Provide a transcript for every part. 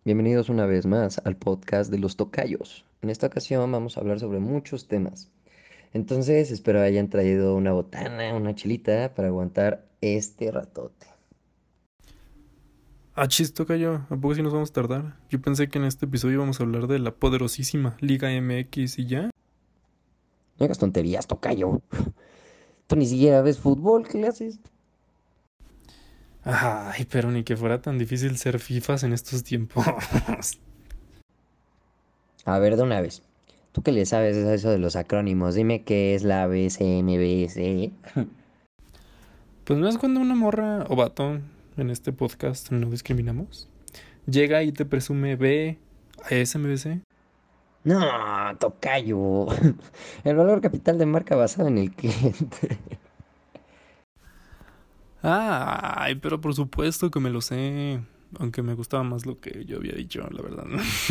Bienvenidos una vez más al podcast de los tocayos. En esta ocasión vamos a hablar sobre muchos temas. Entonces, espero hayan traído una botana, una chilita para aguantar este ratote. Ah, chisto, cayó. ¿A poco sí nos vamos a tardar? Yo pensé que en este episodio íbamos a hablar de la poderosísima Liga MX y ya. No hagas tonterías, tocayo. Tú ni siquiera ves fútbol, ¿qué le haces? Ay, pero ni que fuera tan difícil ser FIFAs en estos tiempos. A ver, de una vez. ¿Tú qué le sabes a eso de los acrónimos? Dime qué es la BCMBC. Pues no es cuando una morra o vato en este podcast no discriminamos. Llega y te presume B a SMBC. No, tocayo. El valor capital de marca basado en el cliente. Ay, pero por supuesto que me lo sé. Aunque me gustaba más lo que yo había dicho, la verdad.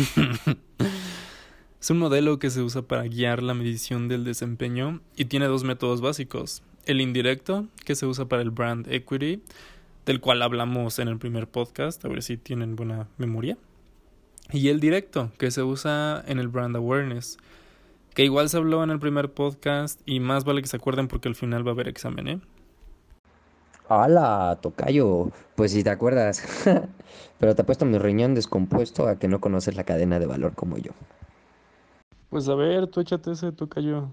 Es un modelo que se usa para guiar la medición del desempeño y tiene dos métodos básicos. El indirecto, que se usa para el brand equity, del cual hablamos en el primer podcast, a ver si tienen buena memoria. Y el directo, que se usa en el brand awareness, que igual se habló en el primer podcast y más vale que se acuerden porque al final va a haber examen, ¿eh? Hola, tocayo. Pues si te acuerdas. Pero te apuesto mi riñón descompuesto a que no conoces la cadena de valor como yo. Pues a ver, tú échate ese tocayo.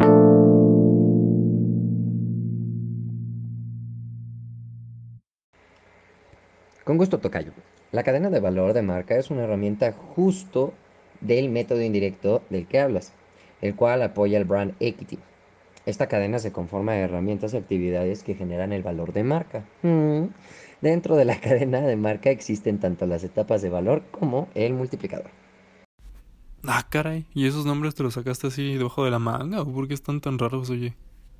Con gusto, tocayo. La cadena de valor de marca es una herramienta justo del método indirecto del que hablas, el cual apoya el brand equity. Esta cadena se conforma de herramientas y actividades que generan el valor de marca. Dentro de la cadena de marca existen tanto las etapas de valor como el multiplicador. Ah, caray, ¿y esos nombres te los sacaste así debajo de la manga o por qué están tan raros, oye?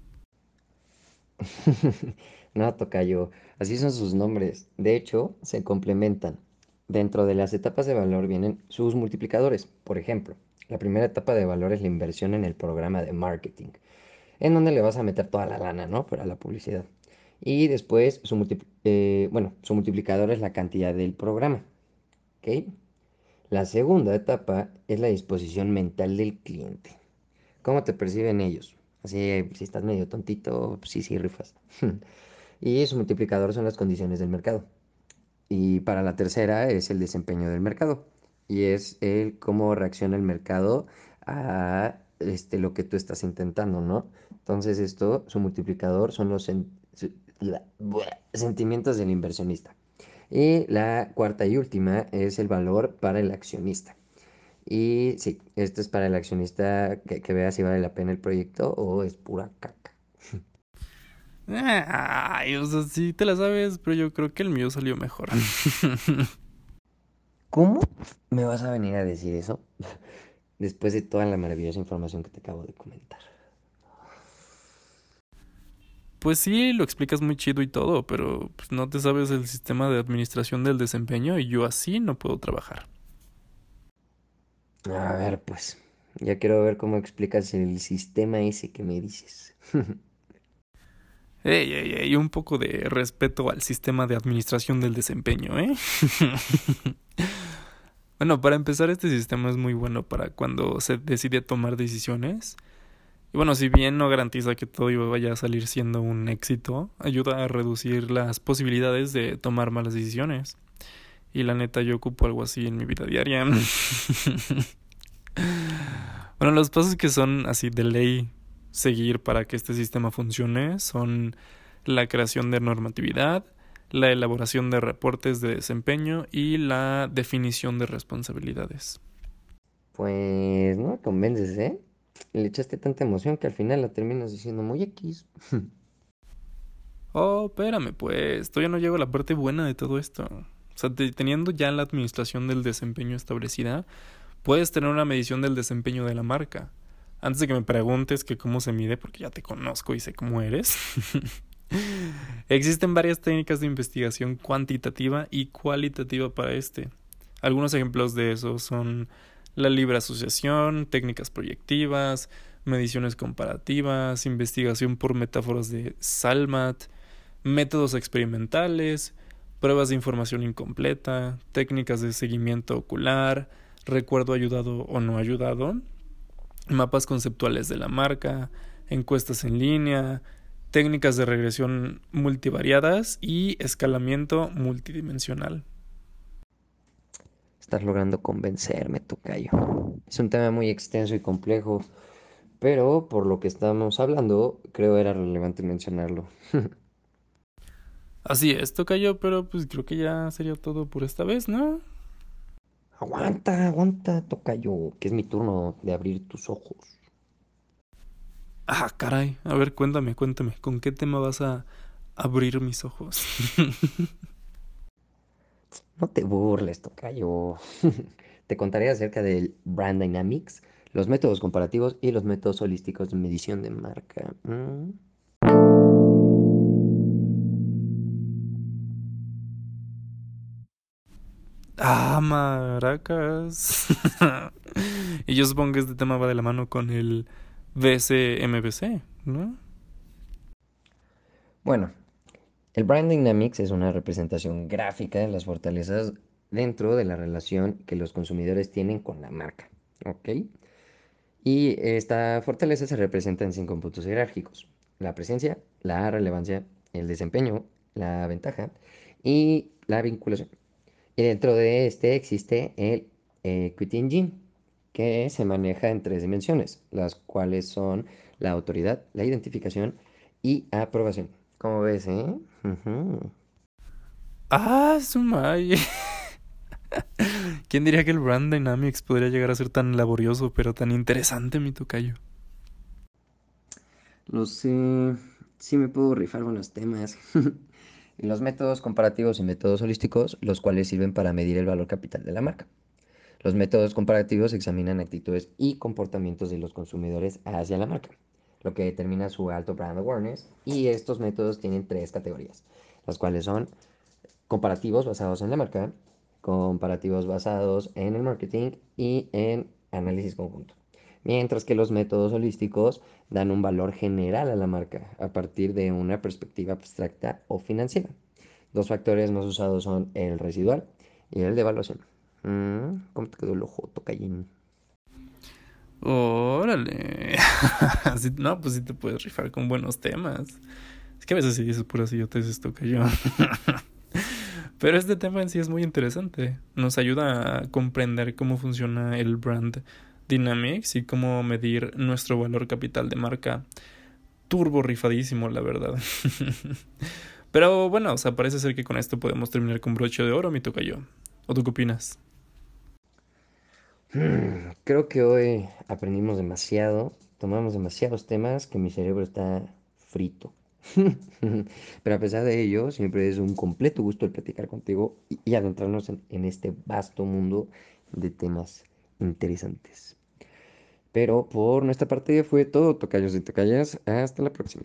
No, tocayo, así son sus nombres. De hecho, se complementan. Dentro de las etapas de valor vienen sus multiplicadores. Por ejemplo, la primera etapa de valor es la inversión en el programa de marketing, en donde le vas a meter toda la lana, ¿no? Para la publicidad. Y después, su multiplicador es la cantidad del programa, ¿ok? La segunda etapa es la disposición mental del cliente. ¿Cómo te perciben ellos? Así, si estás medio tontito, pues sí, sí, rifas. Y su multiplicador son las condiciones del mercado. Y para la tercera es el desempeño del mercado. Y es el cómo reacciona el mercado a lo que tú estás intentando, ¿no? Entonces esto, su multiplicador son los sentimientos del inversionista. Y la cuarta y última es el valor para el accionista. Y sí, esto es para el accionista que vea si vale la pena el proyecto o es pura caca. Ay, o sea, sí te la sabes, pero yo creo que el mío salió mejor. ¿Cómo me vas a venir a decir eso después de toda la maravillosa información que te acabo de comentar? Pues sí, lo explicas muy chido y todo, pero pues, no te sabes el sistema de administración del desempeño y yo así no puedo trabajar. A ver, pues, ya quiero ver cómo explicas el sistema ese que me dices. Ey, ey, ey, un poco de respeto al sistema de administración del desempeño, ¿eh? Bueno, para empezar, este sistema es muy bueno para cuando se decide tomar decisiones. Y bueno, si bien no garantiza que todo vaya a salir siendo un éxito, ayuda a reducir las posibilidades de tomar malas decisiones. Y la neta, yo ocupo algo así en mi vida diaria. Bueno, los pasos que son así de ley seguir para que este sistema funcione son la creación de normatividad, la elaboración de reportes de desempeño y la definición de responsabilidades. Pues no me convences, ¿eh? Le echaste tanta emoción que al final la terminas diciendo muy X. Oh, espérame, pues, todavía no llego a la parte buena de todo esto. O sea, teniendo ya la administración del desempeño establecida, puedes tener una medición del desempeño de la marca. Antes de que me preguntes que cómo se mide, porque ya te conozco y sé cómo eres, existen varias técnicas de investigación cuantitativa y cualitativa para este. Algunos ejemplos de eso son la libre asociación, técnicas proyectivas, mediciones comparativas, investigación por metáforas de Salmat, métodos experimentales, pruebas de información incompleta, técnicas de seguimiento ocular, recuerdo ayudado o no ayudado, mapas conceptuales de la marca, encuestas en línea, técnicas de regresión multivariadas y escalamiento multidimensional. Estás logrando convencerme, tocayo. Es un tema muy extenso y complejo, pero por lo que estamos hablando, creo era relevante mencionarlo. Así es, tocayo, pero pues creo que ya sería todo por esta vez, ¿no? Aguanta, aguanta, tocayo, que es mi turno de abrir tus ojos. Ah, caray. A ver, cuéntame, ¿con qué tema vas a abrir mis ojos? No te burles, tocayo. Te contaré acerca del Brand Dynamics, los métodos comparativos y los métodos holísticos de medición de marca. Ah, maracas. Y yo supongo que este tema va de la mano con el BCMBC, ¿no? Bueno, el Brand Dynamics es una representación gráfica de las fortalezas dentro de la relación que los consumidores tienen con la marca. ¿Ok? Y esta fortaleza se representa en 5 puntos jerárquicos: la presencia, la relevancia, el desempeño, la ventaja y la vinculación. Y dentro de este existe el Equity Engine, que se maneja en 3 dimensiones, las cuales son la autoridad, la identificación y aprobación. ¿Cómo ves, Ujú. Ah, Sumai. ¿Quién diría que el Brand Dynamics podría llegar a ser tan laborioso, pero tan interesante, mi tocayo? Lo sé, sí me puedo rifar buenos temas. Y los métodos comparativos y métodos holísticos, los cuales sirven para medir el valor capital de la marca. Los métodos comparativos examinan actitudes y comportamientos de los consumidores hacia la marca, lo que determina su alto brand awareness. Y estos métodos tienen 3 categorías, las cuales son comparativos basados en la marca, comparativos basados en el marketing y en análisis conjunto. Mientras que los métodos holísticos dan un valor general a la marca a partir de una perspectiva abstracta o financiera. 2 factores más usados son el residual y el de evaluación. ¿Cómo te quedó el ojo, tocallín? Órale. No, pues sí te puedes rifar con buenos temas. Es que a veces sí dices puras idioteces, tocayo. Pero este tema en sí es muy interesante. Nos ayuda a comprender cómo funciona el brand Dynamics y cómo medir nuestro valor capital de marca. Turbo rifadísimo, la verdad. Pero bueno, o sea, parece ser que con esto podemos terminar con broche de oro, mi tocayo. ¿O tú qué opinas? Creo que hoy aprendimos demasiado, tomamos demasiados temas que mi cerebro está frito. Pero a pesar de ello, siempre es un completo gusto el platicar contigo y adentrarnos en este vasto mundo de temas interesantes. Pero por nuestra parte fue todo, tocayos y tocayas. Hasta la próxima.